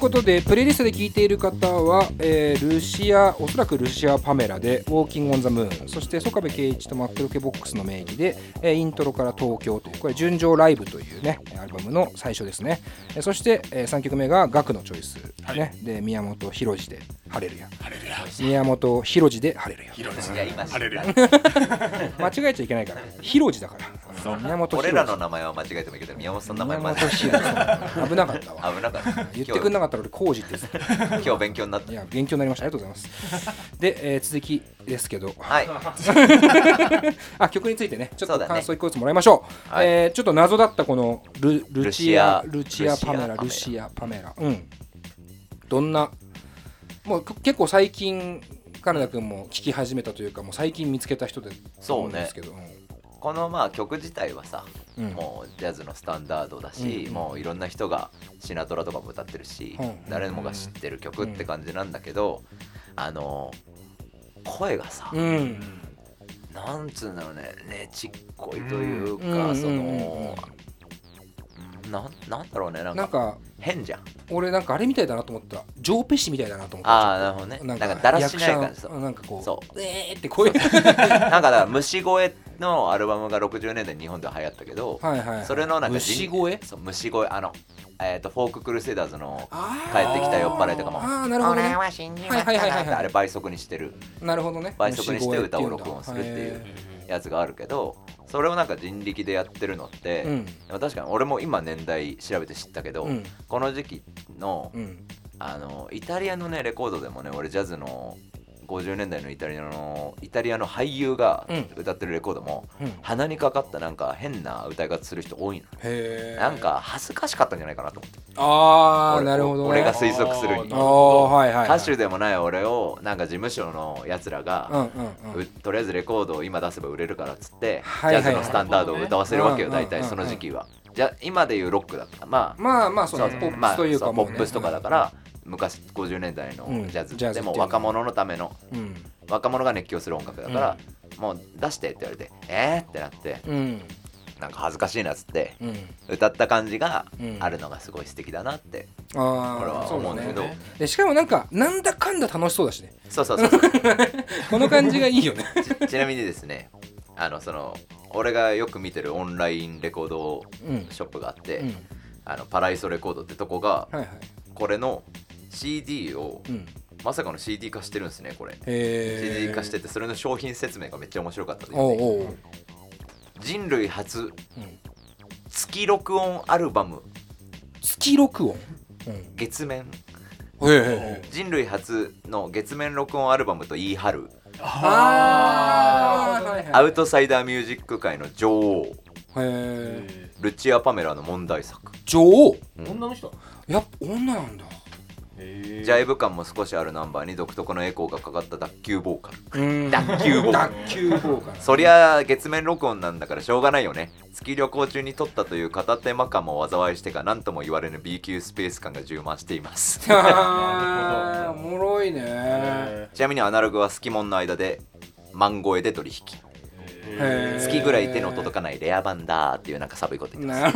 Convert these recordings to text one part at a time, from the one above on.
ことでプレイリストで聴いている方は、おそらくルシア・パメラでウォーキング・オン・ザ・ムーン、そして曽我部圭一とマックロケボックスの名義で、イントロから東京という、これ純情ライブというねアルバムの最初ですね。そして、3曲目がガクのチョイス、ね、で宮本浩次でハレルヤ、宮本浩次でハレルヤ、 ハレルヤ間違えちゃいけないから、浩次だから宮本俺らの名前は間違えてもいいけど、宮本さんの名前間違えて危なかったわ。 危なかった。 言ってくんなかったら俺浩次って今日勉強になった。 いや勉強になりました。ありがとうございます。で、続きですけど、 はい曲についてねちょっと感想1個ずつもらいましょう。 はい、 ちょっと謎だったこのルチアパメラ、どんな、もう結構最近金田君も聴き始めたというか、もう最近見つけた人で思うんですけど、 この曲自体はさ、もうジャズのスタンダードだし、もういろんな人がシナトラとかも歌ってるし、誰もが知ってる曲って感じなんだけど、声がさ、なんつうんだろうね、ねちっこいというか、そのなんだろうね、なんか変じゃん。 俺なんかあれみたいだなと思った、ジョーペシみたいだなと思った。 ああ、なるほどね。なんかだらしない感じ。 なんかこう、 そうって声なんかだから虫声のアルバムが60年代に日本では流行ったけど、それのなんか虫声、 そう虫声、フォーククルセイダーズの帰ってきた酔っ払いとかも、 ああなるほどね、 俺は死んじまったな、あれ倍速にしてる。 なるほどね、 倍速にして歌を録音するっていうやつがあるけど、それをなんか人力でやってるのって、確かに俺も今年代調べて知ったけど、この時期の、イタリアのねレコードでもね、俺ジャズの50年代のイタリアの俳優が歌ってるレコードも、鼻にかかったなんか変な歌い方する人多いの。なんか恥ずかしかったんじゃないかなと思って。 ああなるほどね、 俺が推測するに、歌手でもない俺をなんか事務所のやつらが、とりあえずレコードを今出せば売れるからっつって、ジャズのスタンダードを歌わせるわけよ、大体その時期は。じゃあ今でいうロックだったらまあそうポップスというか、 ポップスとかだから、昔50年代のジャズでも若者のための、若者が熱狂する音楽だから、もう出してって言われてってなって、なんか恥ずかしいなっつって、歌った感じがあるのがすごい素敵だなって俺は思うんだけど、 でしかもなんかなんだかんだ楽しそうだしね。 そうこの感じがいいよね。 ちなみにですね、その俺がよく見てるオンラインレコードショップがあって、パライソレコードってとこが、これの CD を、まさかの CD 化してるんですね。これ CD 化してて、それの商品説明がめっちゃ面白かったですね。人類初、月録音アルバム、 月録音、 月面、人類初の月面録音アルバムと言い張るアウトサイダーミュージック界の女王、ルチア・パメラの問題作。 女王、 女の人、 やっぱ女なんだ。 ジャイブ感も少しあるナンバーに独特のエコーがかかった脱臼ボーカル。脱臼ボーカル。そりゃ月面録音なんだからしょうがないよね。月旅行中に撮ったという片手間感も災いしてか何とも言われぬ B 級スペース感が充満しています。 おもろいね。 ちなみにアナログはスキモンの間で万超えで取引。月ぐらい手の届かないレア版だーっていうなんか寒いこと言ってます。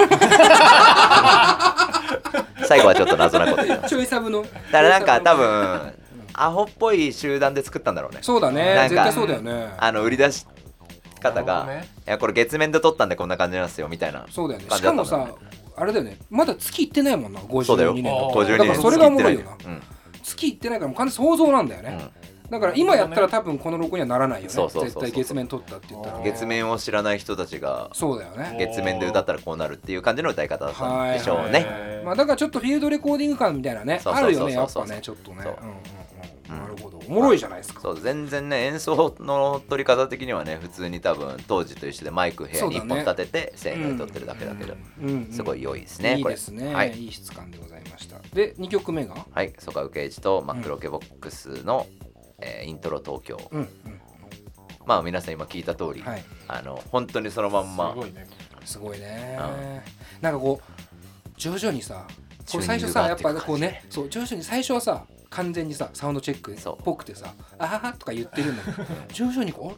最後はちょっと謎なこと言ってます。 ちょいサブの。だからなんか多分アホっぽい集団で作ったんだろうね。 そうだね。絶対そうだよね。 売り出し方が、いやこれ月面で撮ったんでこんな感じなんですよみたいな。 そうだよね。しかもさ、あれだよね。まだ月行ってないもんな。 52年。 だからそれがおもろいよな。月行ってないからもう完全想像なんだよね。だから今やったら多分この録音にはならないよね。絶対月面撮ったって言ったら。 月面を知らない人たちが、 そうだよね。 月面で歌ったらこうなるっていう感じの歌い方だったんでしょうね。 まあだからちょっとフィールドレコーディング感みたいなね、あるよねやっぱね、ちょっとね。なるほど。おもろいじゃないですか。 そう全然ね、演奏の取り方的にはね、普通に多分当時と一緒でマイク部屋に1本立てて1000円で撮ってるだけだけど、すごい良いですね。 いいですね。いい質感でございました。で2曲目が、 はい、曽我圭一とマックロケボックスのイントロ東京。まあ皆さん今聞いた通り、本当にそのまんま。 すごいね。なんかこう徐々にさ、これ最初さやっぱこうね、そう徐々に最初はさ完全にさサウンドチェックっぽくてさあはとか言ってるんだけど徐々にこ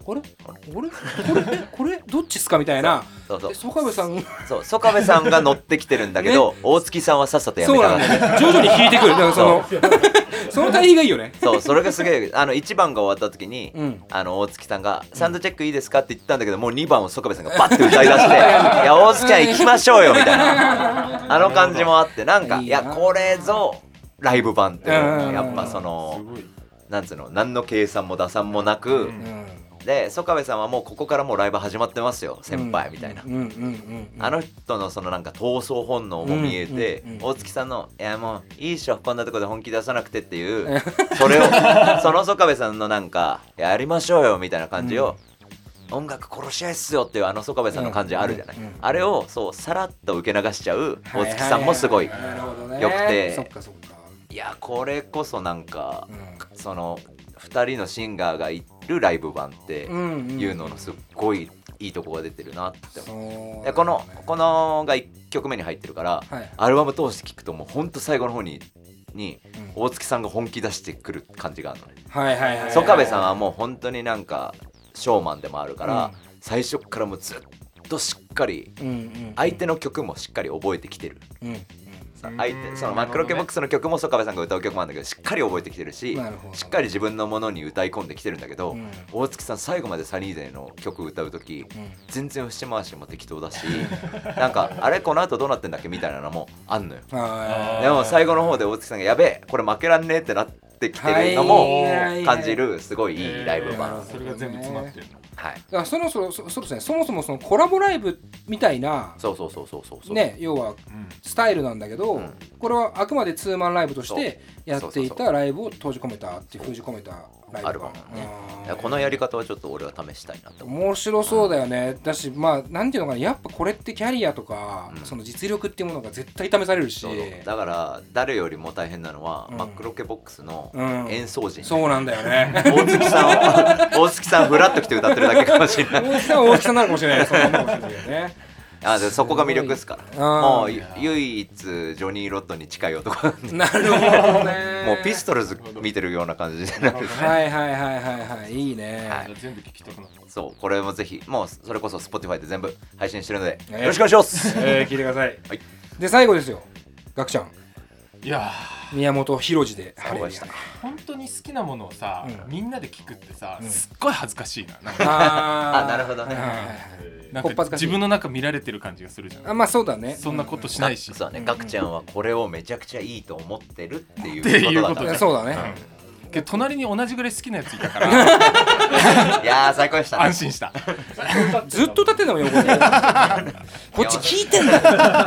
れどっちっすかみたいな曽我部さん曽我部さんが乗ってきてるんだけど、大月さんはさっさとやめたからそうなんだよね徐々に引いてくるだからその対比がいいよね。 そうそれがすげえ1番が終わった時に、大月さんがサウンドチェックいいですかって言ったんだけど、もう2番を曽我部さんがバッて歌い出していや大月ちゃん行きましょうよみたいな感じもあって、なんかいやこれぞライブ版ってやっぱそのなんつうの何の計算も打算もなく、で曽我部さんはもうここからもうライブ始まってますよ先輩みたいな、あの人のそのなんか闘争本能も見えて、大月さんのいやもういいっしょこんなとこで本気出さなくてっていうそれをその曽我部さんのなんかやりましょうよみたいな感じを、音楽殺し合いっすよっていう曽我部さんの感じあるじゃない、あれをそうさらっと受け流しちゃう大月さんもすごいよくて、いやこれこそなんか、その2人のシンガーがいるライブ版っていうののすっごいいいとこが出てるなって思う。でこのが1曲目に入ってるから、アルバム通して聴くともうほんと最後の方に大月さんが本気出してくる感じがあるのね。曽我部さんはもう本当になんかショーマンでもあるから、最初からもうずっとしっかり相手の曲もしっかり覚えてきてる、相手そのマックロケボックスの曲も曽我部さんが歌う曲もあるんだけどしっかり覚えてきてるし、しっかり自分のものに歌い込んできてるんだけど、大月さん最後までサニーデーの曲歌う時、全然節回しも適当だしなんかあれこの後どうなってんだっけみたいなのもあんのよ。でも最後の方で大月さんがやべえこれ負けらんねえってなってきてるのも感じるすごいいいライブ版。 それが全部詰まってるの。 だからそうですね、そもそもそのコラボライブみたいなね、要はスタイルなんだけど、これはあくまでツーマンライブとしてやっていたライブを閉じ込めたっていう封じ込めたライブあるかもね。このやり方はちょっと俺は試したいなと思う。 面白そうだよね。だしまあなんていうのかな、やっぱこれってキャリアとか、その実力っていうものが絶対試されるし、 だから誰よりも大変なのは、マックロケボックスの演奏陣、 そうなんだよね。 大月さんフラッと来て歌ってるだけかもしれない。 大月さんは大月さんなのかもしれない。そんなかもしれないよね。 でそこが魅力ですから。もう唯一ジョニー・ロッドに近い男なんで。 なるほどね。 もうピストルズ見てるような感じで。 はいいいね。 全部聞きたくなった。 そうこれもぜひもうそれこそ Spotify で全部配信してるのでよろしくお願いします。 聞いてください。で最後ですよ、ガクちゃん。 いや宮本浩次でそうでした。 本当に好きなものをさ、みんなで聞くってさ、すっごい恥ずかしいな。 なるほどね。 なんか自分の中見られてる感じがするじゃん。 まあそうだね。 そんなことしないし。 そうだね。ガクちゃんはこれをめちゃくちゃいいと思ってるっていうことだから。 そうだね。 けど隣に同じぐらい好きなやついたから。 いやー最高でした。 安心した。 ずっと立ってんのよ横に。こっち聞いてんだよ。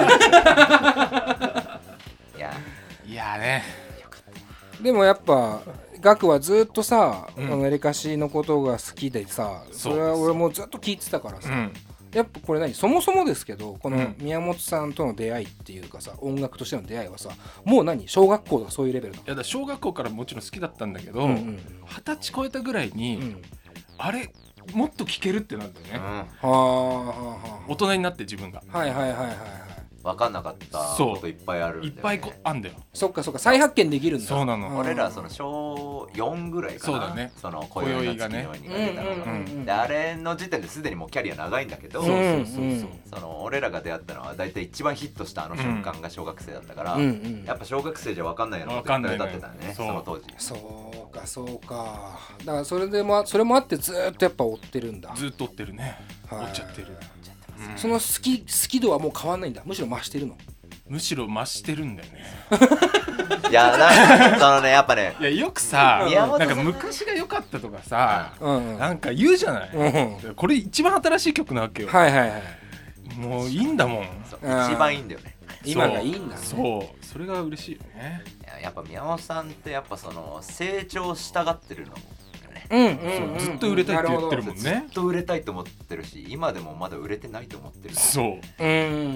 いやね。 でもやっぱガクはずっとさ、エレカシのことが好きでさ、それは俺もずっと聞いてたからさ、やっぱこれそもそもですけど、この宮本さんとの出会いっていうかさ、音楽としての出会いはさ、もう小学校とかそういうレベルなの？ いやだ小学校からもちろん好きだったんだけど、20歳超えたぐらいに、あれもっと聴けるってなるんだよね。大人になって自分が。 分かんなかったこといっぱいあるんだよね。 いっぱいあんだよ。 そっか再発見できるんだ。 そうなの。 俺らその小4ぐらいかな。 そうだね。 その今宵がね。であれの時点ですでにもうキャリア長いんだけど、その俺らが出会ったのはだいたい一番ヒットしたあの瞬間が小学生だったから、やっぱ小学生じゃ分かんないのって歌ってたね。その当時。 そうか。だからそれもあってずっとやっぱ追ってるんだ。 ずっと追ってるね。追っちゃってる。 その好き度はもう変わんないんだ。むしろ増してるの？ むしろ増してるんだよね。 いやそのねやっぱね、 いやよくさ、なんか昔が良かったとかさ、なんか言うじゃない。これ一番新しい曲なわけよ。もういいんだもん。 一番いいんだよね。 今がいいんだね。 そうそれが嬉しいよね。 やっぱ宮本さんってやっぱその成長したがってるの。 ずっと売れたいって言ってるもんね。 ずっと売れたいと思ってるし、今でもまだ売れてないと思ってる。 そう。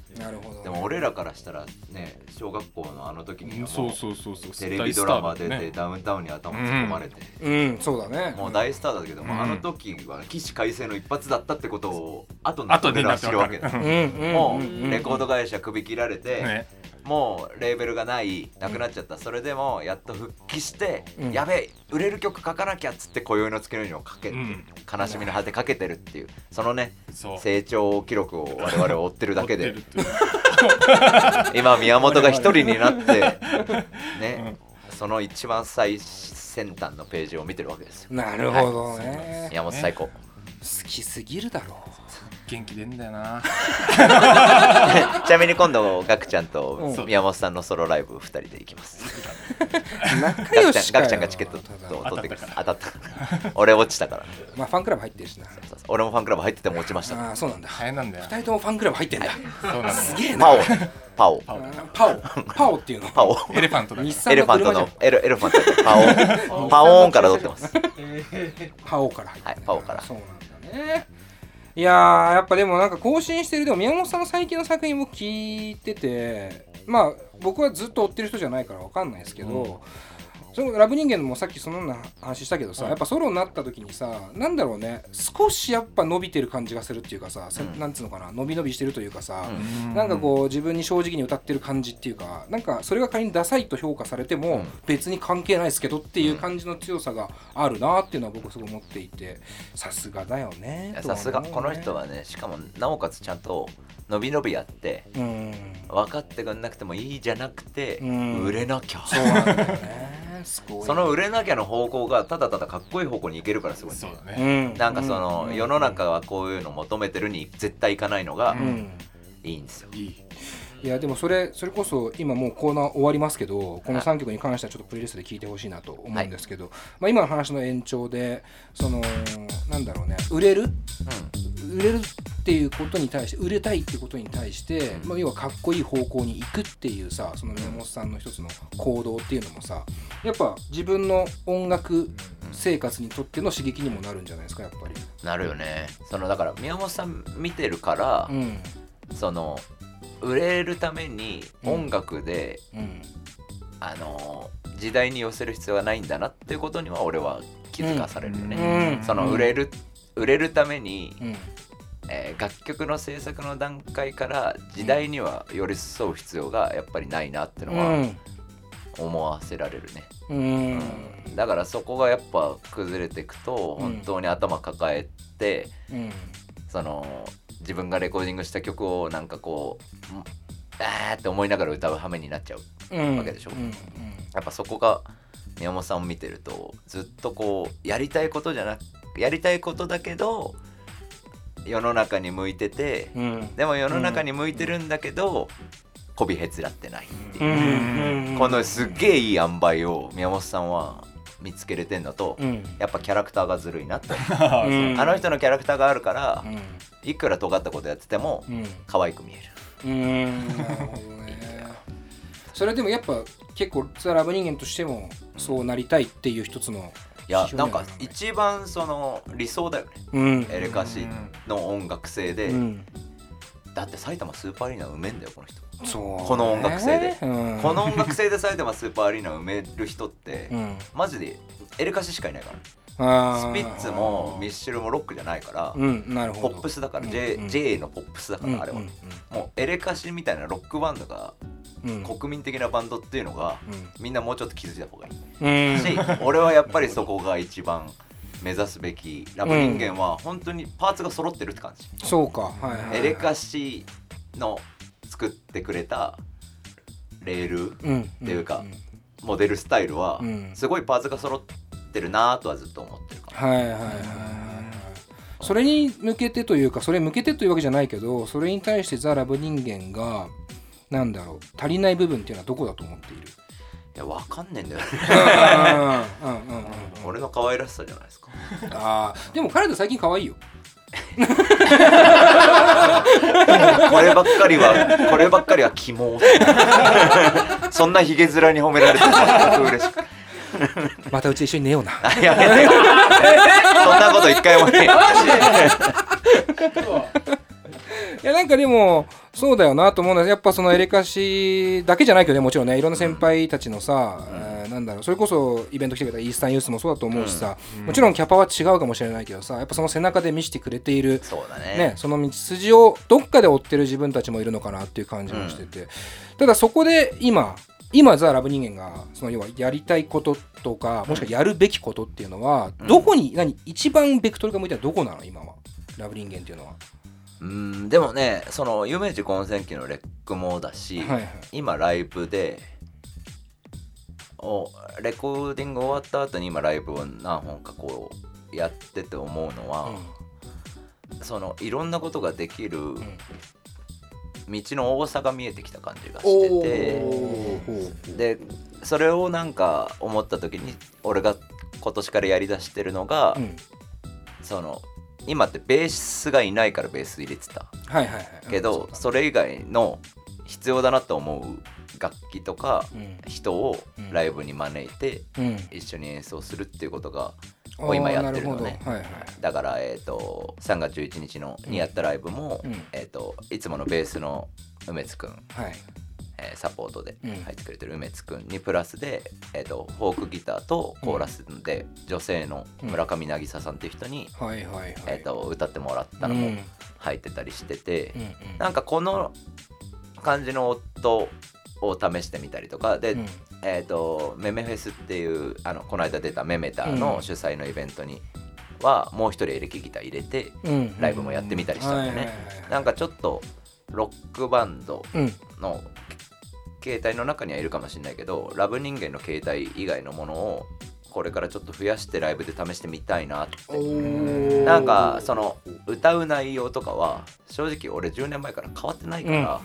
なるほど、ね、 でも俺らからしたらね、小学校のあの時にはもうテレビド大スターラマ出て、ダウンタウンに頭突っ込まれて、 そうだね、 もう大スターだけども、あの時は起死回生の一発だったってことを後になって俺ら知るわけだ。もうレコード会社首切られて、もうレーベルがなくなっちゃった。それでもやっと復帰して、やべえ売れる曲書かなきゃっつって今宵の月のようにをかけて、悲しみの果てかけてるっていう、そのね成長記録を我々は追ってるだけで今宮本が一人になってね、その一番最先端のページを見てるわけですよ。 なるほどね、 宮本最高、 好きすぎるだろう。 元気出んだよなちなみに今度ガクちゃんと宮本さんのソロライブ2人で行きます。 仲良しかよ。 ガクちゃんがチケットを取ってくれ当たった俺落ちたから、 まあファンクラブ入ってるしな。 俺もファンクラブ入ってても落ちました。 ああそうなんだ、 大変なんだよ。 2人ともファンクラブ入ってんだ。 そうなんだ、 すげえな。 パオっていうの、 パオエレファントだ、 エレファントのエレファントパオーンから取ってます。 パオから入って、 はい、パオから。 そうなんだね。いやー、やっぱでもなんか更新してる、でも宮本さんの最近の作品も聞いてて、まあ僕はずっと追ってる人じゃないから分かんないですけど、そのラブ人間もさっきそのような話したけどさ、やっぱソロになった時にさ、なんだろうね、少しやっぱ伸びてる感じがするっていうかさ、なんつうのかな、伸び伸びしてるというかさ、なんかこう自分に正直に歌ってる感じっていうか、なんかそれが仮にダサいと評価されても別に関係ないですけどっていう感じの強さがあるなっていうのは僕すごい思っていて、さすがだよね。 さすがこの人はね、しかもなおかつちゃんと伸び伸びやって、分かってくんなくてもいいじゃなくて、売れなきゃ、 そうなんだよね。 その売れなきゃの方向がただただかっこいい方向に行けるからすごい、ね、 そうだね、 なんかその、世の中はこういうの求めてるに絶対行かないのがいいんですよ。 いやでもそれこそ今もうコーナー終わりますけど、この3曲に関してはちょっとプレイリストで聴いてほしいなと思うんですけど、まあ、今の話の延長でそのなんだろうね、売れるっていうことに対して、売れたいっていうことに対して、まあ、要はかっこいい方向に行くっていうさ、その宮本さんの一つの行動っていうのもさ、やっぱ自分の音楽生活にとっての刺激にもなるんじゃないですか、やっぱり。 なるよね。そのだから宮本さん見てるから、その売れるために音楽で、時代に寄せる必要はないんだなっていうことには俺は気づかされるよね。その売れるために、楽曲の制作の段階から時代には寄り添う必要がやっぱりないなっていうのは思わせられるね。だからそこがやっぱ崩れていくと本当に頭抱えて、その自分がレコーディングした曲をなんかこうって思いながら歌う羽目になっちゃうわけでしょ。やっぱそこが宮本さんを見てると、ずっとこうやりたいことだけど世の中に向いてて、でも世の中に向いてるんだけどこびへつらってないっていう、このすっげえいい塩梅を宮本さんは見つけれてんのと、やっぱキャラクターがずるいなってあの人のキャラクターがあるから、いくら尖ったことやってても可愛く見える。 なるほどね。それでもやっぱ結構ザ・ラブ人間としてもそうなりたいっていう一つの、 いやなんか一番その理想だよね、エレカシの音楽性で、だって埼玉スーパーアリーナ埋めんだよこの人。この音楽性で、この音楽性で埼玉スーパーアリーナ埋める人って、マジでエレカシしかいないから。スピッツもミッシェルもロックじゃないから、ポップスだから、J のポップスだから、あれはもうエレカシみたいなロックバンドが、国民的なバンドっていうのが、みんなもうちょっと気づいた方がいいし、俺はやっぱりそこが一番目指すべき。ラブ人間は本当にパーツが揃ってるって感じ。 そうか、 エレカシの作ってくれたレールっていうか、モデルスタイルはすごいパーツが揃ってるなとはずっと思ってるから。それに向けてというか、それ向けてというわけじゃないけど、それに対してザ・ラブ人間がなんだろう、足りない部分っていうのはどこだと思っている？ いや、わかんねえんだよね。俺の可愛らしさじゃないですか。 でも彼と最近可愛いよ。 こればっかりはキモ。そんなヒゲ面に褒められて全く嬉しく。 またうちで一緒に寝ような。 やめてよ。そんなこと一回もね。 いやなんかでもそうだよなと思うのはやっぱそのエレカシだけじゃないけどね、もちろんねいろんな先輩たちのさ、なんだろう、それこそイベント来てくれたイースタンユースもそうだと思うしさ、もちろんキャパは違うかもしれないけどさ、やっぱその背中で見せてくれているそうだね、その道筋をどっかで追ってる自分たちもいるのかなっていう感じもしてて、ただそこで今ザ・ラブ人間がその要はやりたいこととかもしくはやるべきことっていうのはどこに、一番ベクトルが向いてるのはどこなの今はラブ人間っていうのは。 でもね、その有名人混戦記のレックもだし、今ライブでレコーディング終わった後に今ライブを何本かこうやってて思うのは、そのいろんなことができる道の多さが見えてきた感じがしてて、でそれをなんか思った時に俺が今年からやりだしてるのが、その今ってベースがいないからベース入れてたけど、それ以外の必要だなと思う楽器とか人をライブに招いて一緒に演奏するっていうことが今やってるのね。だから3月11日にやったライブもいつものベースの梅津くん、サポートで入ってくれてる梅津くんにプラスでフォークギターとコーラスで女性の村上渚さんっていう人に歌ってもらったのも入ってたりしてて、なんかこの感じの音を試してみたりとかで、メメフェスっていうこの間出たメメタの主催のイベントにはもう一人エレキギター入れてライブもやってみたりしたんだよね。なんかちょっとロックバンドの形態の中にはいるかもしれないけど、ラブ人間の形態以外のものをこれからちょっと増やしてライブで試してみたいなって。なんかその歌う内容とかは正直俺10年前から変わってないから、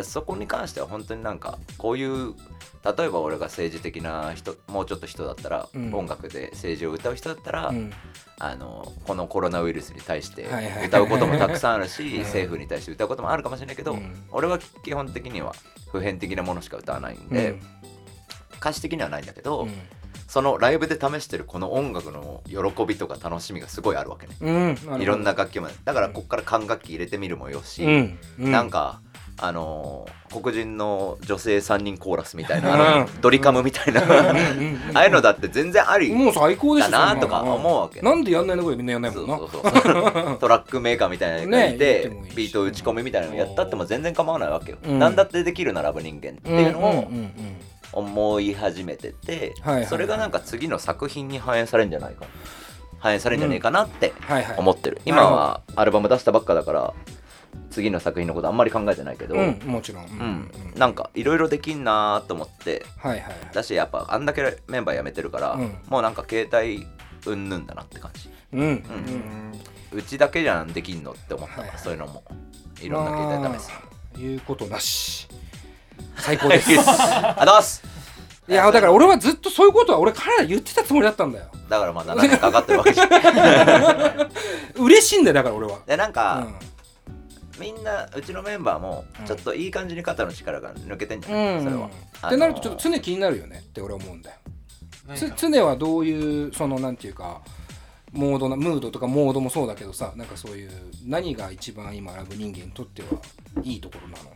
そこに関しては本当になんかこういう例えば俺が政治的な人、もうちょっと人だったら、音楽で政治を歌う人だったら、このコロナウイルスに対して歌うこともたくさんあるし、政府に対して歌うこともあるかもしれないけど、俺は基本的には普遍的なものしか歌わないんで、歌詞的にはないんだけど、そのライブで試してるこの音楽の喜びとか楽しみがすごいあるわけね、いろんな楽器もだからこっから管楽器入れてみるもよし、なんか黒人の女性3人コーラスみたいな、ドリカムみたいなああいうのだって全然ありだなとか思うわけ。 なんでやんないのこれみんなやんないもんな。 トラックメーカーみたいなのがいてビート打ち込みみたいなのやったっても全然構わないわけよ。なんだってできるなラブ人間っていうのを思い始めてて、それがなんか次の作品に反映されるんじゃないかな、反映されるんじゃないかなって思ってる。今はアルバム出したばっかだから次の作品のことあんまり考えてないけど、 もちろん、 なんかいろいろできんなと思って、だしやっぱあんだけメンバー辞めてるから、もうなんか携帯うんぬんだなって感じ。うちだけじゃんできんのって思ったから、そういうのもいろんな携帯試す。 言うことなし、最高です。 あざす。 いやだから俺はずっとそういうことは俺彼ら言ってたつもりだったんだよ。 だからまあ7年かかってるわけじゃん。 嬉しいんだよだから俺は。 でなんか、みんなうちのメンバーもちょっといい感じに肩の力が抜けてんじゃない、それは。 ってなるとちょっと常気になるよねって俺は思うんだよ。常はどういうそのなんていうかムードとかモードもそうだけどさ、なんかそういう何が一番今ラブ人間にとってはいいところなの？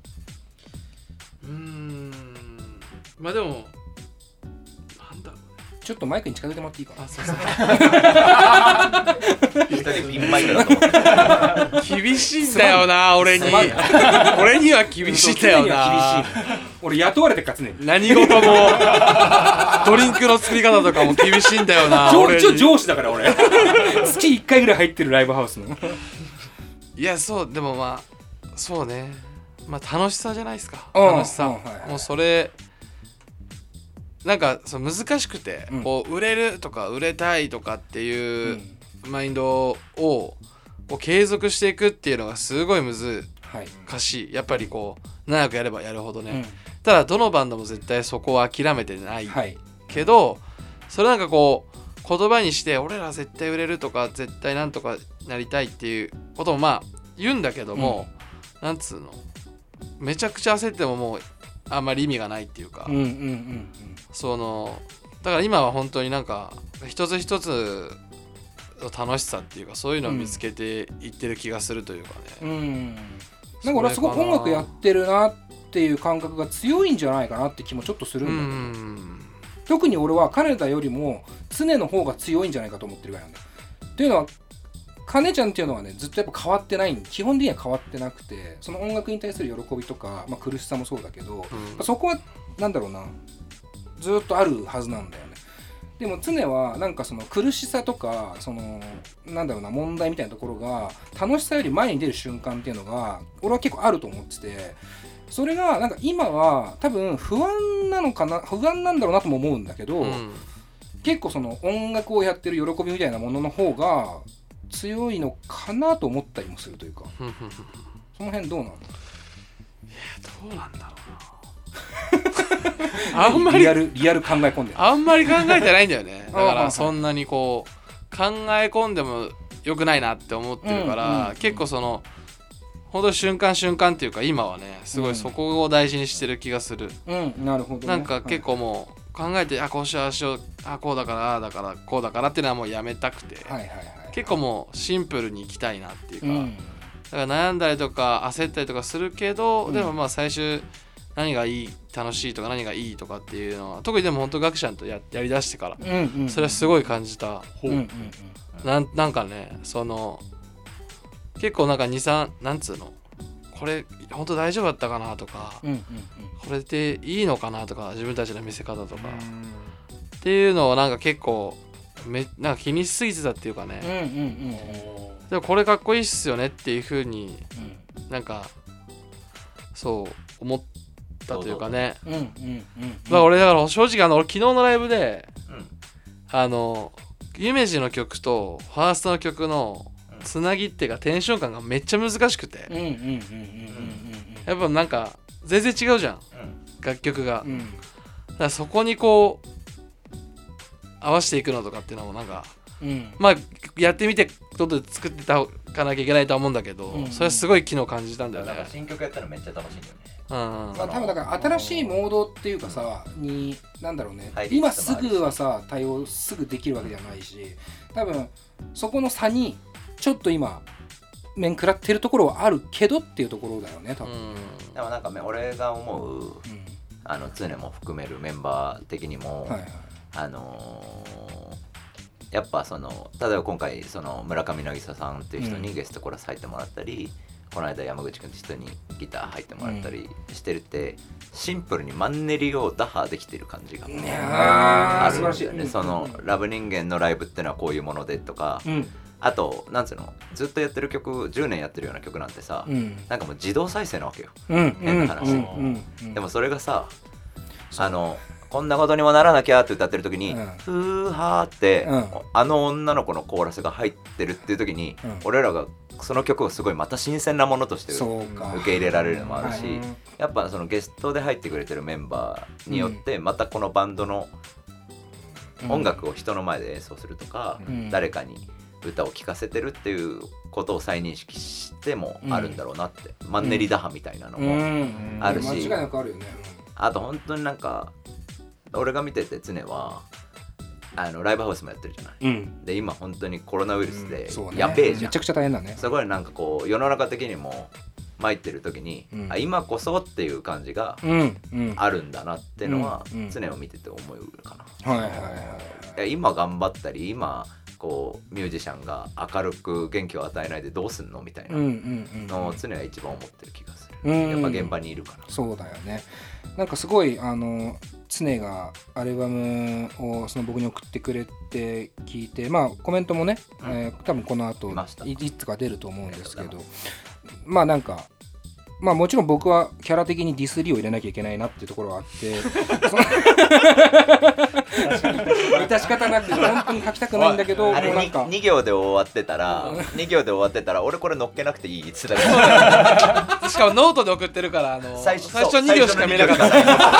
まあでもなんだろうね、 ちょっとマイクに近づいてもらっていいかな。 そうそうピンマイクだと思って厳しいんだよな俺には厳しいんだよな。 俺雇われてっから常に何事もドリンクの作り方とかも厳しいんだよな。 上司だから俺月1回ぐらい入ってるライブハウスの。 いやそうでもまあそうね、まあ楽しさじゃないですか。楽しさ、もうそれなんかそう難しくて、こう売れるとか売れたいとかっていうマインドをこう継続していくっていうのがすごい難しい。やっぱりこう長くやればやるほどね、ただどのバンドも絶対そこは諦めてないけど、それなんかこう言葉にして俺ら絶対売れるとか絶対なんとかなりたいっていうこともまあ言うんだけども、なんつうの、めちゃくちゃ焦ってももうあんまり意味がないっていうか、そのだから今は本当になんか一つ一つの楽しさっていうかそういうのを見つけていってる気がするというかね。 なんか俺はすごく音楽やってるなっていう感覚が強いんじゃないかなって気もちょっとするんだけど、特に俺は金田よりも常の方が強いんじゃないかと思ってるぐらいなんだよ。っていうのは金ちゃんっていうのはねずっとやっぱ変わってない、基本的には変わってなくて、その音楽に対する喜びとか、まあ、苦しさもそうだけど、そこはなんだろうな、ずっとあるはずなんだよね。でも常はなんかその苦しさとかそのなんだろうな問題みたいなところが楽しさより前に出る瞬間っていうのが俺は結構あると思ってて、それがなんか今は多分不安なのかな、不安なんだろうなとも思うんだけど、結構その音楽をやってる喜びみたいなものの方が強いのかなと思ったりもするというかその辺どうなの？ どうなんだろうなあんまりリアル考え込んでる。 あんまり考えてないんだよね。だからそんなにこう考え込んでも良くないなって思ってるから、結構その本当瞬間瞬間っていうか今はねすごいそこを大事にしてる気がする。 なるほどね。 なんか結構もう考えてこうしようああしようこうだからああだからこうだからっていうのはもうやめたくて、結構もうシンプルにいきたいなっていうか、だから悩んだりとか焦ったりとかするけど、でもまあ最終何がいい楽しいとか何がいいとかっていうのは特にでも本当ガクちゃんとやりだしてから、それはすごい感じた。なんかねその結構なんか23なんつうのこれ本当大丈夫だったかなとか、これでいいのかなとか自分たちの見せ方とかっていうのをなんか結構なんか気にしすぎてたっていうかね、でもこれかっこいいっすよねっていう風になんかそう思ったというかね。俺だから正直俺昨日のライブで夢二の曲とファーストの曲のつなぎっていうかテンション感がめっちゃ難しくて、やっぱなんか全然違うじゃん、楽曲が、だからそこにこう合わせていくのとかっていうのもなんか、まあやってみてどんどん作ってたかなきゃいけないとは思うんだけど、それはすごい昨日感じたんだよね。 新曲やったらめっちゃ楽しいんだよね。 まあ、多分だから新しいモードっていうかさ、になんだろうね、今すぐはさ対応すぐできるわけじゃないし、多分そこの差にちょっと今面食らってるところはあるけどっていうところだよね多分。 でもなんか俺が思う、常も含めるメンバー的にも、やっぱその例えば今回その村上渚さんっていう人にゲストコーラス入ってもらったり、この間山口くんって人にギター入ってもらったりしてるって、シンプルにマンネリを打破できてる感じがあるんだよね。そのラブ人間のライブってのはこういうものでとか、あとなんつうのずっとやってる曲10年やってるような曲なんてさ、なんかもう自動再生なわけよ、変な話。でもそれがさこんなことにもならなきゃって歌ってる時に、ふーはーって、女の子のコーラスが入ってるっていう時に、俺らがその曲をすごいまた新鮮なものとして受け入れられるのもあるし、やっぱそのゲストで入ってくれてるメンバーによってまたこのバンドの音楽を人の前で演奏するとか、誰かに歌を聴かせてるっていうことを再認識してもあるんだろうなって、マンネリ打破みたいなのもあるし、 間違いなくあるよね。 あと本当になんか俺が見てて常はライブハウスもやってるじゃない、で今本当にコロナウイルスでやべえじゃん、 めちゃくちゃ大変だね。 すごいなんかこう世の中的にも参ってる時に、今こそっていう感じがあるんだなっていうのは常を見てて思うかな。今頑張ったり今こうミュージシャンが明るく元気を与えないでどうすんのみたいなのを常が一番思ってる気がする。やっぱ現場にいるから。 そうだよね。なんかすごい常がアルバムをその僕に送ってくれて聞いて、まあコメントもね、多分この後いつか出ると思うんですけど、まあなんかまあもちろん僕はキャラ的にディスりを入れなきゃいけないなっていうところはあって致し方なく本当に書きたくないんだけど、 あれなんか 2行で終わってたら俺これ乗っけなくていいって言ってたからしかもノートで送ってるから最初2行しか見えなかった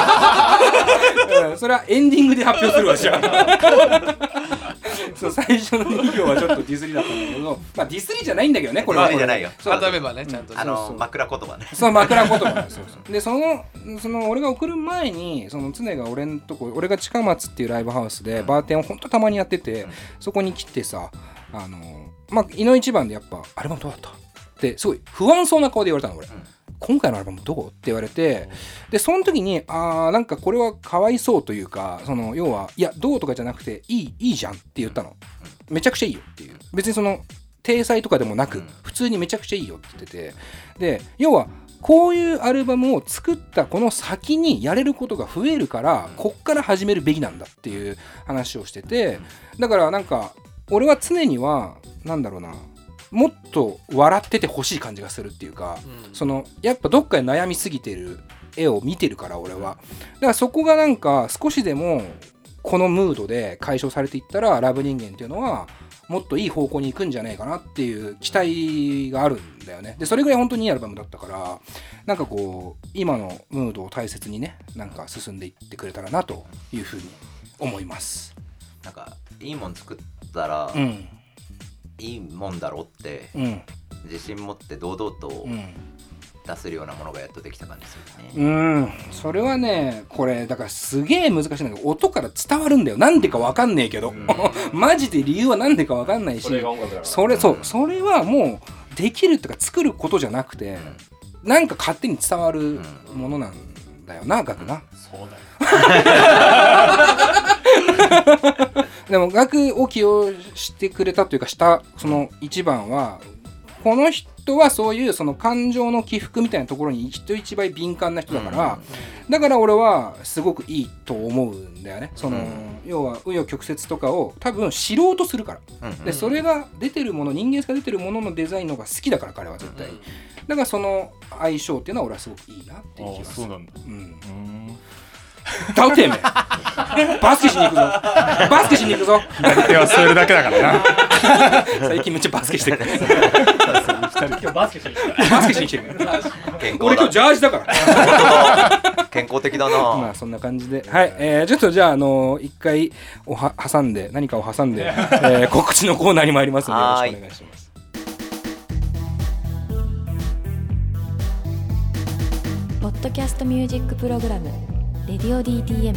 それはエンディングで発表するわじゃあそう最初の2行はちょっとディスりだったんだけど、まあディスりじゃないんだけどね、これは。 じゃないよ。 改めばね、ちゃんと枕言葉ね。 そう枕言葉ね。そうでその俺が送る前にその常が俺が近松っていうライブハウスでバーテンを本当たまにやってて、そこに来てさまあいの一番でやっぱアルバムどうだったってすごい不安そうな顔で言われたの俺、今回のアルバムどうって言われて、でその時になんかこれはかわいそうというか、その要はいやどうとかじゃなくていいじゃんって言ったの。めちゃくちゃいいよっていう、別にその体裁とかでもなく普通にめちゃくちゃいいよって言ってて、で要はこういうアルバムを作ったこの先にやれることが増えるからこっから始めるべきなんだっていう話をしてて、だからなんか俺は常にはなんだろうな、もっと笑っててほしい感じがするっていうか、そのやっぱどっかで悩みすぎてる絵を見てるから俺は、だからそこがなんか少しでもこのムードで解消されていったらラブ人間っていうのはもっといい方向に行くんじゃないかなっていう期待があるんだよね。でそれぐらい本当にいいアルバムだったから、なんかこう今のムードを大切にね、なんか進んでいってくれたらなというふうに思います。 なんかいいもん作ったら、いいもんだろって、自信持って堂々と出せるようなものがやっとできた感じですよね。 それはね、これだからすげえ難しいんだけど、音から伝わるんだよ。なんでかわかんねえけど、マジで理由はなんでかわかんないし、それはもうできるっていうか作ることじゃなくて、なんか勝手に伝わるものなんだよな、ガクな。 そうだよ。でもガクを起用してくれたというかしたその一番は、この人はそういうその感情の起伏みたいなところに人一倍敏感な人だから、だから俺はすごくいいと思うんだよね。その要は紆余曲折とかを多分知ろうとするから、でそれが出てるもの、人間が出てるもののデザインの方が好きだから彼は絶対、だからその相性っていうのは俺はすごくいいなっていう気がする。 そうなんだ。 だってめバスケしに行くぞ、バスケしに行くぞ。 いやそれだけだからな。 最近めっちゃバスケしてる。 今日バスケしに来た。 バスケしに来てる。俺今日ジャージだから。 健康的だな。 まあそんな感じで、はい、ちょっとじゃあ一回挟んで何かを挟んで、告知のコーナーに参りますのでよろしくお願いします。 ポッドキャストミュージックプログラムレディオ DTM。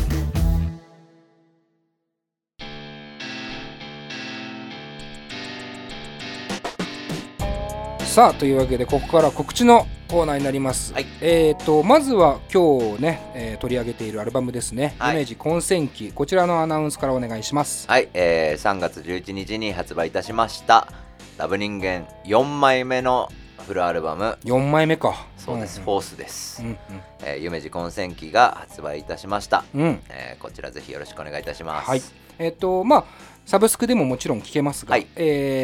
さあというわけでここから告知のコーナーになります、はい。まずは今日ね、取り上げているアルバムですね、はい、イメージ混戦記、こちらのアナウンスからお願いします。 はい、3月11日に発売いたしましたラブ人間4枚目のフルアルバム。 4枚目か。 そうです、フォースです、夢二混戦記が発売いたしました、こちらぜひよろしくお願いいたします。 はい、まあサブスクでももちろん聴けますが、はい、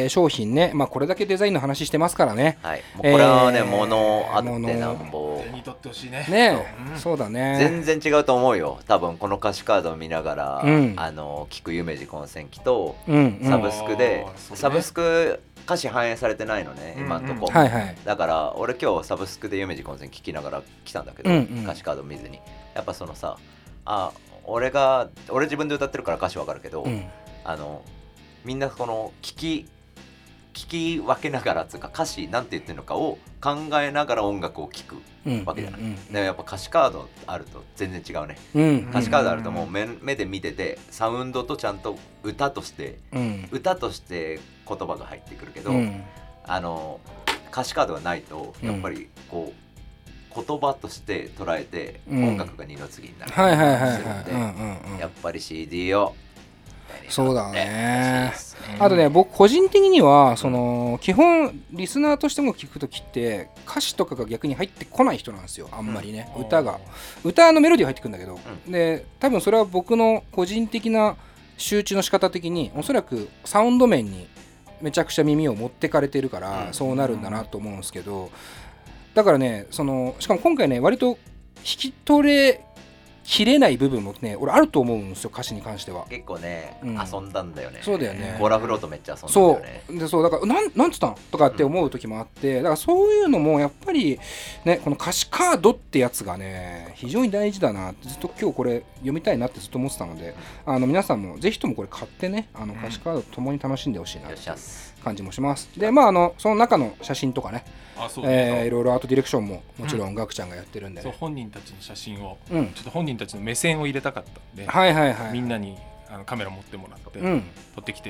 商品ね、まあ、これだけデザインの話してますからね、 はい、もうこれはね、物あってなんぼ手に取ってほしいね。 ね、そうだね。 全然違うと思うよ。多分この歌詞カードを見ながら、聴く夢二混戦記と、サブスクで、サブスク歌詞反映されてないのね、今んとこ、はいはい、だから俺今日サブスクで夢二混戦聴きながら来たんだけど、歌詞カード見ずに、やっぱそのさ、俺自分で歌ってるから歌詞わかるけど、みんなこの聞き分けながらつうか、歌詞なんて言ってるのかを考えながら音楽を聴くわけじゃない。でもやっぱ歌詞カードあると全然違うね。歌詞カードあるともう目で見てて、サウンドとちゃんと歌として言葉が入ってくるけど、歌詞カードがないとやっぱりこう言葉として捉えて音楽が二の次になるするんで、やっぱり CD をそうだね。あとね、僕個人的にはその基本リスナーとしても聞くときって歌詞とかが逆に入ってこない人なんですよ、あんまりね。歌のメロディー入ってくるんだけど、で多分それは僕の個人的な集中の仕方的におそらくサウンド面にめちゃくちゃ耳を持ってかれてるからそうなるんだなと思うんですけど、だからね、しかも今回ね割と引き取れ切れない部分もね俺あると思うんですよ、歌詞に関しては。 結構ね、遊んだんだよね。 そうだよね。 コーラフロートめっちゃ遊んだんだよね。 そうだからなんつったんとかって思う時もあって、だからそういうのもやっぱりね、この歌詞カードってやつがね非常に大事だなって、ずっと今日これ読みたいなってずっと思ってたので、皆さんもぜひともこれ買ってね、歌詞カードともに楽しんでほしいなって感じもします。でまあその中の写真とかね、いろいろアートディレクションももちろんガクちゃんがやってるんで、 そう本人たちの写真を、ちょっと本人たちの目線を入れたかったんで、みんなにカメラ持ってもらって、撮ってきてって言って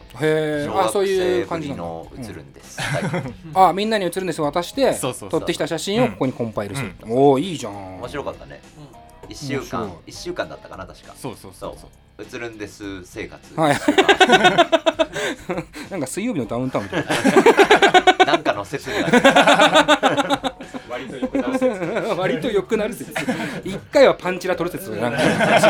へえ。あ、そういう感じ小学生ぶりの映るんです、 あ、みんなに映るんです渡して撮ってきた写真をここにコンパイルする。おお、いいじゃん。 面白かったね。1週間だったかな確か。 そう映るんです生活。 はい。なんか水曜日のダウンタウンみたいな。 なんかの説が割と良くなる説。 割と良くなる説。一回はパンチラ取る説。なんか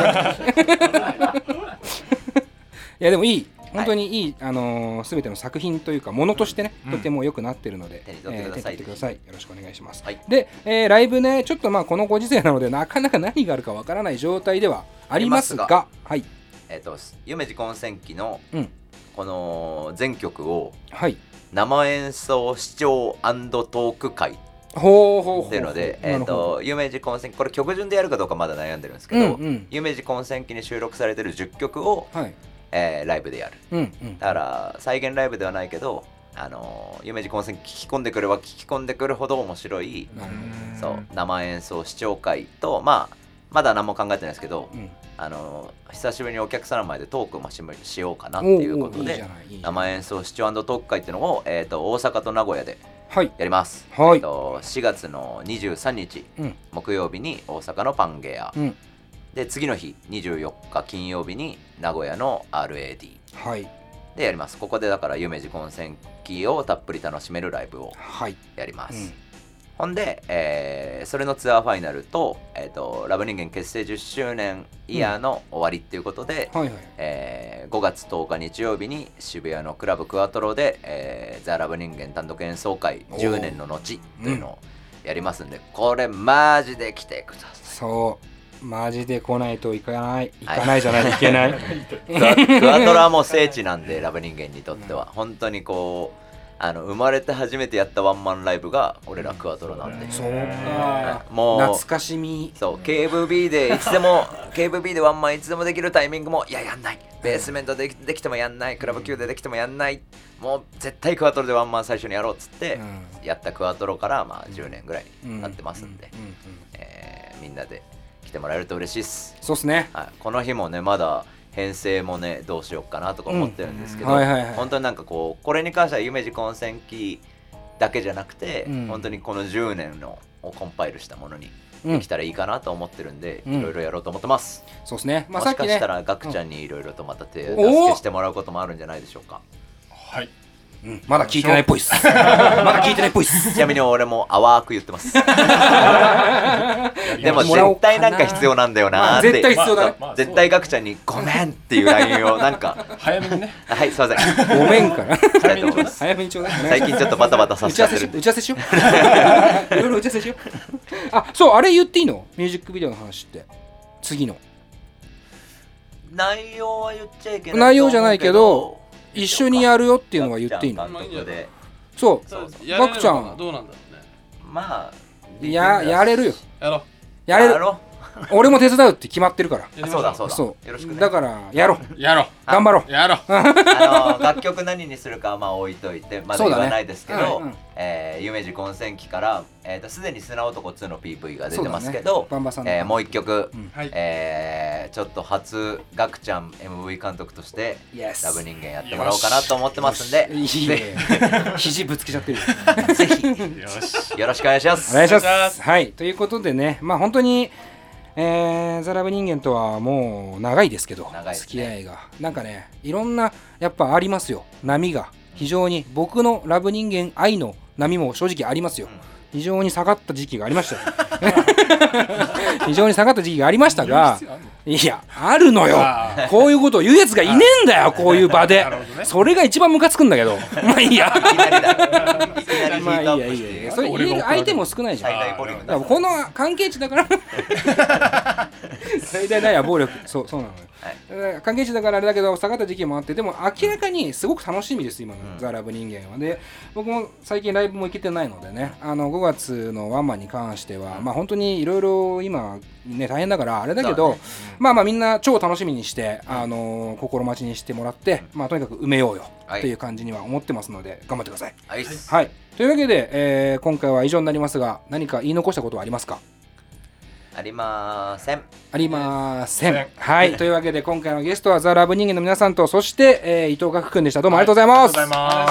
いやでもいい。本当にいい、全ての作品というかものとしてね、とても良くなってるので、 手に取ってください。 手に取ってください。よろしくお願いします。 はい、 で、ライブね、ちょっとまあこのご時世なのでなかなか何があるかわからない状態ではありますが、はい。 夢二混戦記のこの全曲を生演奏視聴&トーク会っていうので、夢二混戦記、これ曲順でやるかどうかまだ悩んでるんですけど、夢二混戦記に収録されてる10曲を、ライブでやる、だから再現ライブではないけど、夢二混戦聞き込んでくれば聞き込んでくるほど面白い、そう生演奏視聴会と、まだ何も考えてないですけど、久しぶりにお客さんの前でトークもしようかなっていうことで、生演奏視聴&トーク会っていうのを、大阪と名古屋でやります、4月の23日、木曜日に大阪のパンゲア、で次の日24日金曜日に名古屋の RAD、でやります。ここでだから夢二混戦記をたっぷり楽しめるライブをやります、ほんで、それのツアーファイナルと、ラブ人間結成10周年イヤーの終わりっていうことで、5月10日日曜日に渋谷のクラブクワトロで、ザ・ラブ人間単独演奏会10年の後というのをやりますんで、これマジで来てください。 そうマジで来ないといけないじゃない、いけないクワトロはもう聖地なんで、ラブ人間にとっては本当にこう生まれて初めてやったワンマンライブが俺らクワトロなんで、 そうか、 もう懐かしみ。 そう KVB でいつでもKVB でワンマンいつでもできるタイミングもやんない、ベースメントでできてもやんない、クラブ Q でできてもやんない、もう絶対クワトロでワンマン最初にやろうっつってやったクワトロから10年ぐらいになってますんで、みんなで来てもらえると嬉しいです。 そうっすね、 この日もねまだ編成もねどうしようかなとか思ってるんですけど、本当になんかこれに関しては夢二混戦記だけじゃなくて、本当にこの10年のをコンパイルしたものにできたらいいかなと思ってるんで、いろいろやろうと思ってます。 そうですね、 もしかしたらガクちゃんにいろいろとまた手助けしてもらうこともあるんじゃないでしょうか。 はい、 まだ聞いてないっぽいっす。まだ聞いてないっぽいっす。 ちなみに俺も淡く言ってます。でも絶対なんか必要なんだよなって。 絶対必要だね。 絶対ガクちゃんにごめんっていう LINE をなんか早めにね。 はい、すいません。ごめんから。 早めにちょうだい。最近ちょっとバタバタさせちゃってる。 打ち合わせしよう。いろいろ打ち合わせしよう。あ、そう、あれ言っていいの？ミュージックビデオの話って。次の。 内容は言っちゃいけない。 内容じゃないけど、一緒にやるよっていうのは言っていいの？そう、ガクちゃんどうなんだろうね。 まあやれるよ。 やれる。俺も手伝うって決まってるから。 そうだそうだ。 そう。 よろしくね。 だからやろう。 頑張ろう。 楽曲何にするかはまあ置いといてまだ言わないですけど、夢二混戦記からすでに砂男2の PV が出てますけど、もう一曲ちょっと初ガクちゃん MV 監督としてラブ人間やってもらおうかなと思ってますんで、 肘ぶつけちゃってる。 ぜひよろしくお願いします。 お願いします。はい、ということでね、まあ本当にザ・ラブ人間とはもう長いですけど、付き合いがなんかね、いろんなやっぱありますよ。波が非常に僕のラブ人間愛の波も正直ありますよ。非常に下がった時期がありましたよ。非常に下がった時期がありましたが、いやあるのよ。こういうことを言うやつがいねえんだよ、こういう場で。それが一番ムカつくんだけど。まあいいや。まあいいやいいや。それ言える相手も少ないじゃん。この関係値だから。最大ないや暴力。そうなのよ。関係値だからあれだけど下がった時期もあって、でも明らかにすごく楽しみです今のザ・ラブ人間は。で僕も最近ライブも行けてないのでね、5月のワンマンに関してはまあ本当にいろいろ今ね大変だからあれだけど、まあみんな超楽しみにして心待ちにしてもらって、まあとにかく埋めようよっていう感じには思ってますので頑張ってください。はい、というわけで、今回は以上になりますが、何か言い残したことはありますか？ ありません。 はい、というわけで今回のゲストはザ・ラブ人間の皆さんと、そして、伊藤岳くんでした。どうもありがとうございます。 ありがとうございます。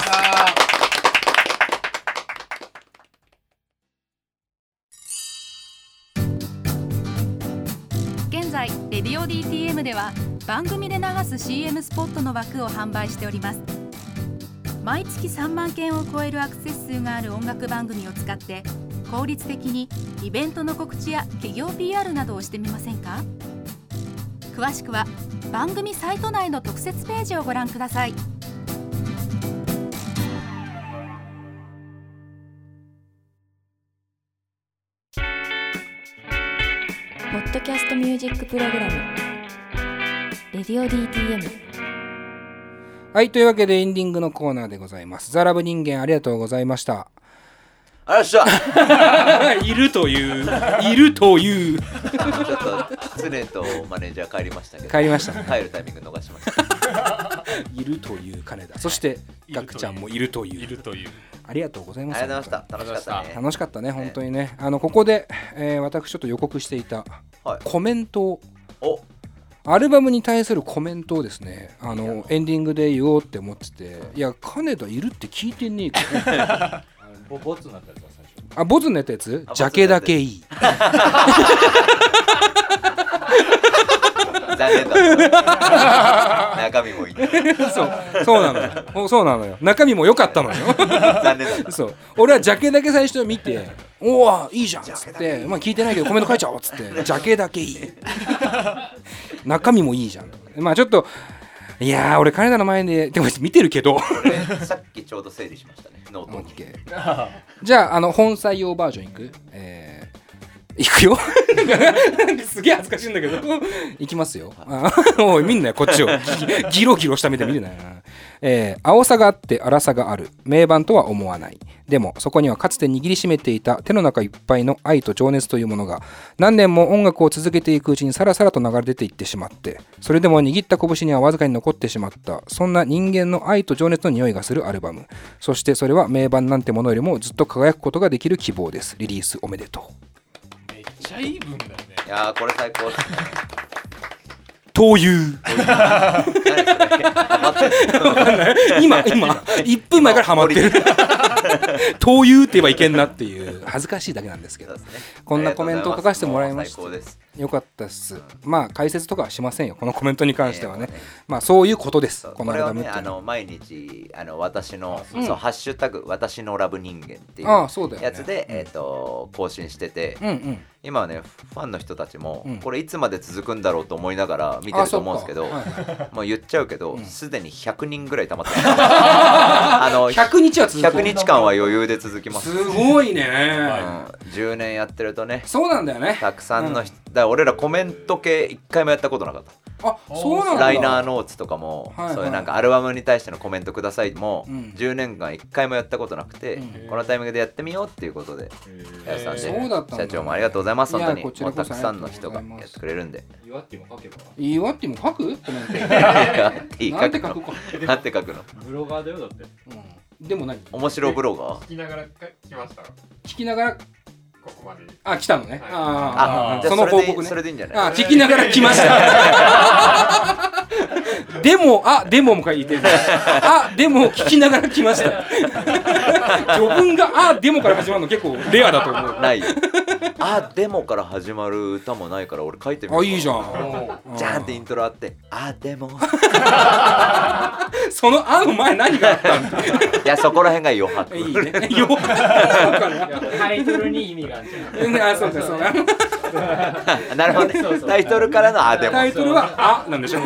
現在レディオ DTM では番組で流す CM スポットの枠を販売しております。毎月3万件を超えるアクセス数がある音楽番組を使って効率的にイベントの告知や企業 PR などをしてみませんか？詳しくは番組サイト内の特設ページをご覧ください。 ポッドキャストミュージックプログラムレディオ DTM。 はい、というわけでエンディングのコーナーでございます。ザ・ラブ人間ありがとうございました。 ありがとうございましたいるというちょっと常とマネージャー帰りましたけど、 帰りましたね。 帰るタイミング逃しましたいるという金田、そしてガクちゃんもいるというありがとうございます。 ありがとうございました。楽しかったね。 楽しかったね、本当にね。ここで、私ちょっと予告していた、コメントを、アルバムに対するコメントをですね、エンディングで言おうって思ってて、いや金田いるって聞いてねえからボツになったやつは最初。 あ、ボツになったやつ、ジャケだけいい残念だった中身もいいそうなのよ中身も良かったのよ残念だったそう、俺はジャケだけ最初見て、おおいいじゃんっつって、まあ聞いてないけどコメント書いちゃおうっつってジャケだけいい中身もいいじゃん。まあちょっといやー、俺金田の前でも見てるけどさっきちょうど整理しましたね、ノートに。 じゃあ本採用バージョンいく？いくよすげえ恥ずかしいんだけどいきますよ。おい見んなよこっちをギロギロした目で見るなよ。青さがあって粗さがある、名盤とは思わない。でもそこにはかつて握りしめていた手の中いっぱいの愛と情熱というものが何年も音楽を続けていくうちにさらさらと流れ出ていってしまって、それでも握った拳にはわずかに残ってしまった、そんな人間の愛と情熱の匂いがするアルバム。そしてそれは名盤なんてものよりもずっと輝くことができる希望です。リリースおめでとう。 めっちゃいい文だよね。 いやーこれ最高ですね。 という今1分前からハマってるというって言えばいけんなっていう恥ずかしいだけなんですけど、こんなコメントを書かせてもらいました。よかったっす。まあ解説とかはしませんよ、このコメントに関してはね。まあそういうことです。このアルバムって毎日私のハッシュタグ私のラブ人間っていうやつで更新してて、今はねファンの人たちもこれいつまで続くんだろうと思いながら見てると思うんですけど、もう言っちゃうけどすでに100人ぐらい溜まってます 100日は続く。 100日間は余裕で続きます。 すごいね。 10年やってるとね。 そうなんだよね。 たくさんの人、だから俺らコメント系1回もやったことなかった。 あ、そうなんだ。 ライナーノーツとかも、そういうなんかアルバムに対してのコメントくださいも、10年間1回もやったことなくて、このタイミングでやってみようっていうことでやってたんで、社長もありがとうございます。本当にもうたくさんの人がやってくれるんで。 岩っても書けば。 岩っても書く？コメント。 なんて書くの？なんて書くの？ ブロガーだよだって。 でも何？ 面白ブロガー？ 聞きながら来ました。 聞きながらここまで。 来たのね。 その報告ね。それでいいんじゃない？ 聞きながら来ました。でもも書いてる。でも聞きながら来ました。序文がでもから始まるの結構レアだと思う。 ない。でもから始まる歌もないから俺書いてみる。 いいじゃん。 じゃーんってイントロあって、でも。 そのの前何があったんだ。 いやそこら辺が余白。 いいね。余白かタイトルに意味があるじゃん。 そうかそうか。なるほどね。タイトルからのでも。 タイトルはなんでしょう。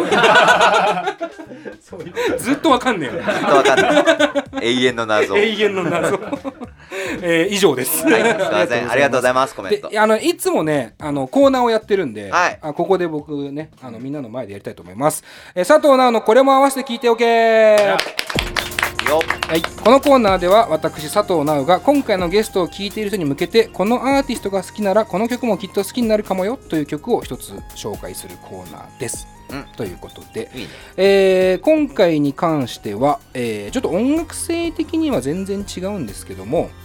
ずっとわかんねえよ。 ずっとわかんない。永遠の謎。 永遠の謎。以上です。 すみません、ありがとうございます。コメント。 いつもねコーナーをやってるんで、ここで僕ねみんなの前でやりたいと思います。佐藤直のこれも合わせて聞いておけ。はい、このコーナーでは私佐藤直が今回のゲストを聴いている人に向けて、このアーティストが好きならこの曲もきっと好きになるかもよという曲を一つ紹介するコーナーです。ということで、今回に関しては、ちょっと音楽性的には全然違うんですけども、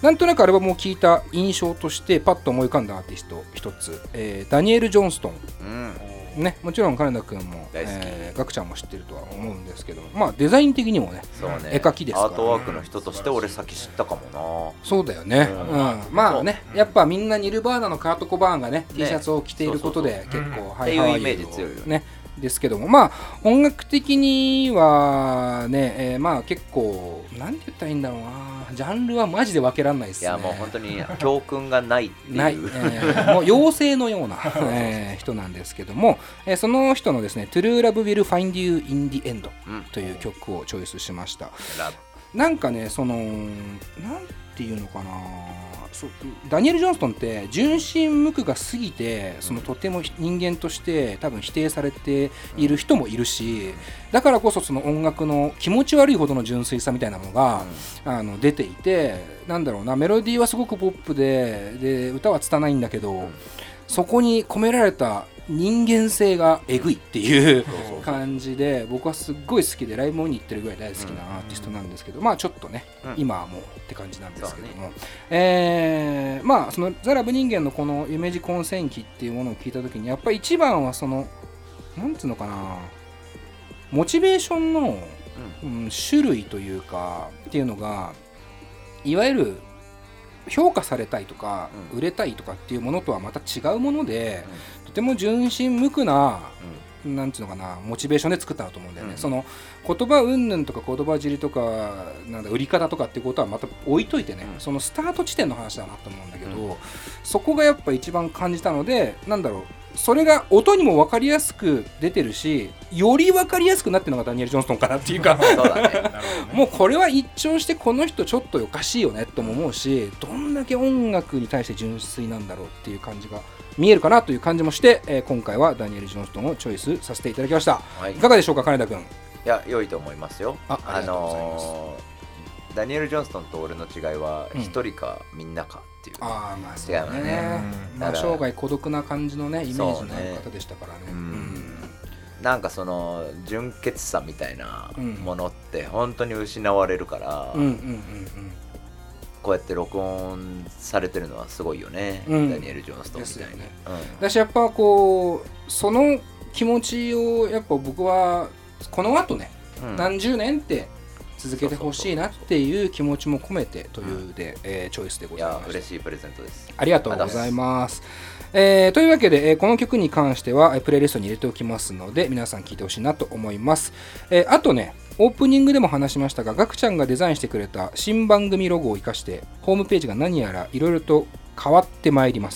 なんとなくアルバムを聴いた印象としてパッと思い浮かんだアーティスト一つ、ダニエル・ジョンストン、ね、もちろん金田君もガクちゃんも知ってるとは思うんですけど、まあデザイン的にも ね絵描きですから、 アートワークの人として俺先知ったかもな。 そうだよね、まあね、やっぱみんなニルバーナのカート・コバーンがね T シャツを着ていることで結構ハイハワイユーをねですけども、まあ音楽的にはね、まあ結構なんて言ったらいいんだろうな、ジャンルはマジで分けられないですね。 いやもう本当に教訓がないっていうない、もう妖精のような、人なんですけども、その人のですね True Love Will Find You in the End という曲をチョイスしました。なんかね、そのなんていうのかな、ダニエル・ジョンストンって純真無垢が過ぎて、そのとても人間として多分否定されている人もいるし、だからこそその音楽の気持ち悪いほどの純粋さみたいなのが、出ていて、なんだろうな、メロディーはすごくポップで歌は拙いんだけど、そこに込められた人間性がえぐいっていう感じで、僕はすっごい好きでライブもに行ってるぐらい大好きなアーティストなんですけど、まあちょっとね、今はもうって感じなんですけども、まあそのザラブ人間のこの夢二混戦記っていうものを聞いた時に、やっぱり一番はそのなんつうのかな、モチベーションの、種類というかっていうのが、いわゆる評価されたいとか、売れたいとかっていうものとはまた違うもので、とても純真無垢な、なんていうのかな、モチベーションで作ったなと思うんだよね。その言葉云々とか言葉尻とかなんだ売り方とかっていうことはまた置いといてね、そのスタート地点の話だなと思うんだけど、そこがやっぱ一番感じたので、なんだろう、それが音にも分かりやすく出てるし、より分かりやすくなってるのがダニエル・ジョンストンかなっていうかそうだねもうこれは一聴してこの人ちょっとおかしいよねとも思うし、どんだけ音楽に対して純粋なんだろうっていう感じが見えるかなという感じもして、今回はダニエル・ジョンストンをチョイスさせていただきました、いかがでしょうか金田君。 いや、良いと思いますよ。 ありがとうございます。 ダニエル・ジョンストンと俺の違いは一人かみんなかっていう、 まあそうね、まあ生涯孤独な感じのねイメージのある方でしたからね。 なんかその純潔さみたいなものって本当に失われるから、こうやって録音されてるのはすごいよね、ダニエル・ジョンストンみたいに、 私やっぱこうその気持ちをやっぱ僕はこの後ね、何十年って続けてほしいなっていう気持ちも込めてというで、チョイスでございました。 いや嬉しいプレゼントです。 ありがとうございます。というわけで、この曲に関してはプレイリストに入れておきますので、皆さん聴いてほしいなと思います。あとね、オープニングでも話しましたが、ガクちゃんがデザインしてくれた新番組ロゴを生かしてホームページが何やらいろいろと変わってまいります。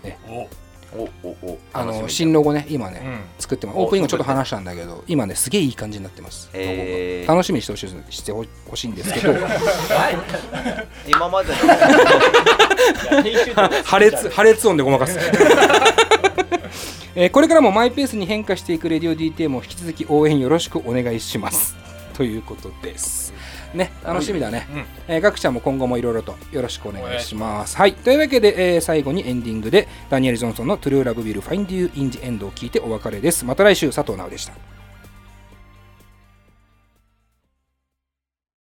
新ロゴね、今ね、作ってます。オープニングちょっと話したんだけど、今ねすげえいい感じになってます。楽しみにしてほしいんですけど今までの破裂音でごまかすこれからもマイペースに変化していくレディオ DTM も引き続き応援よろしくお願いしますということですね。楽しみだね。ガクちゃんも今後もいろいろとよろしくお願いします。はい、というわけで、最後にエンディングでダニエル・ジョンソンの True Love Will Find You in the End を聞いてお別れです。また来週。佐藤直でした。